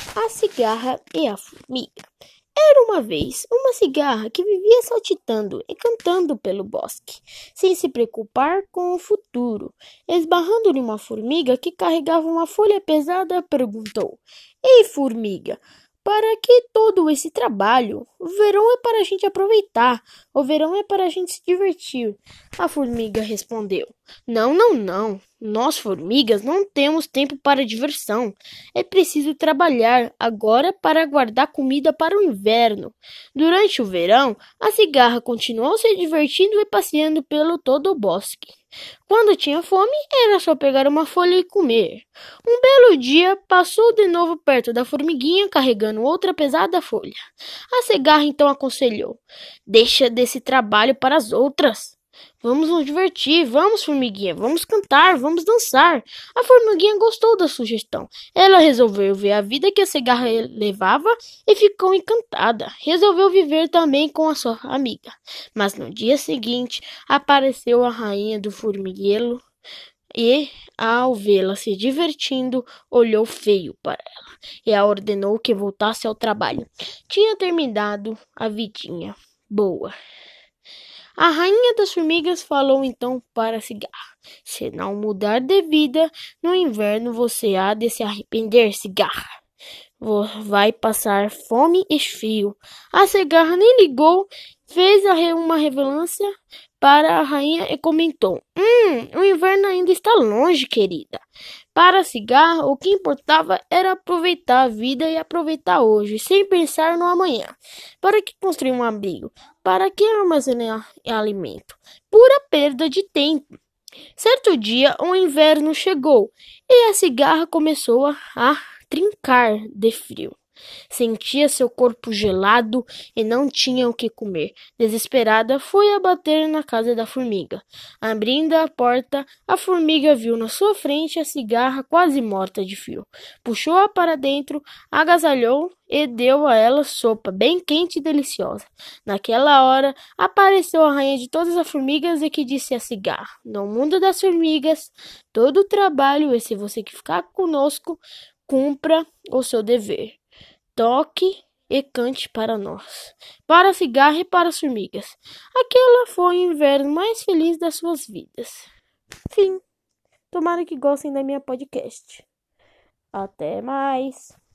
A cigarra e a formiga. Era uma vez uma cigarra que vivia saltitando e cantando pelo bosque, sem se preocupar com o futuro. Esbarrando em uma formiga que carregava uma folha pesada, perguntou: Ei, formiga, para que todo esse trabalho? O verão é para a gente aproveitar, o verão é para a gente se divertir. A formiga respondeu: Não, não, não. Nós, formigas, não temos tempo para diversão. É preciso trabalhar agora para guardar comida para o inverno. Durante o verão, a cigarra continuou se divertindo e passeando pelo todo o bosque. Quando tinha fome, era só pegar uma folha e comer. Um belo dia, passou de novo perto da formiguinha carregando outra pesada folha. A cigarra então aconselhou: Deixa desse trabalho para as outras. Vamos nos divertir, vamos, formiguinha, vamos cantar, vamos dançar. A formiguinha gostou da sugestão. Ela resolveu ver a vida que a cigarra levava e ficou encantada. Resolveu viver também com a sua amiga. Mas no dia seguinte, apareceu a rainha do formigueiro e, ao vê-la se divertindo, olhou feio para ela e a ordenou que voltasse ao trabalho. Tinha terminado a vidinha boa. A rainha das formigas falou então para a cigarra: Se não mudar de vida, no inverno você há de se arrepender, cigarra. Vai passar fome e frio. A cigarra nem ligou, fez uma reverência para a rainha e comentou: o inverno ainda está longe, querida. Para a cigarra, o que importava era aproveitar a vida e aproveitar hoje, sem pensar no amanhã. Para que construir um abrigo? Para que armazenar alimento? Pura perda de tempo. Certo dia, o inverno chegou e a cigarra começou a trincar de frio. Sentia seu corpo gelado e não tinha o que comer. Desesperada, foi abater na casa da formiga. Abrindo a porta, a formiga viu na sua frente a cigarra quase morta de frio. Puxou-a para dentro, agasalhou e deu a ela sopa bem quente e deliciosa. Naquela hora, apareceu a rainha de todas as formigas e que disse à cigarra: No mundo das formigas, todo o trabalho, e se você que ficar conosco, cumpra o seu dever. Toque e cante para nós, para a cigarra e para as formigas. Aquela foi o inverno mais feliz das suas vidas. Fim. Tomara que gostem da minha podcast. Até mais.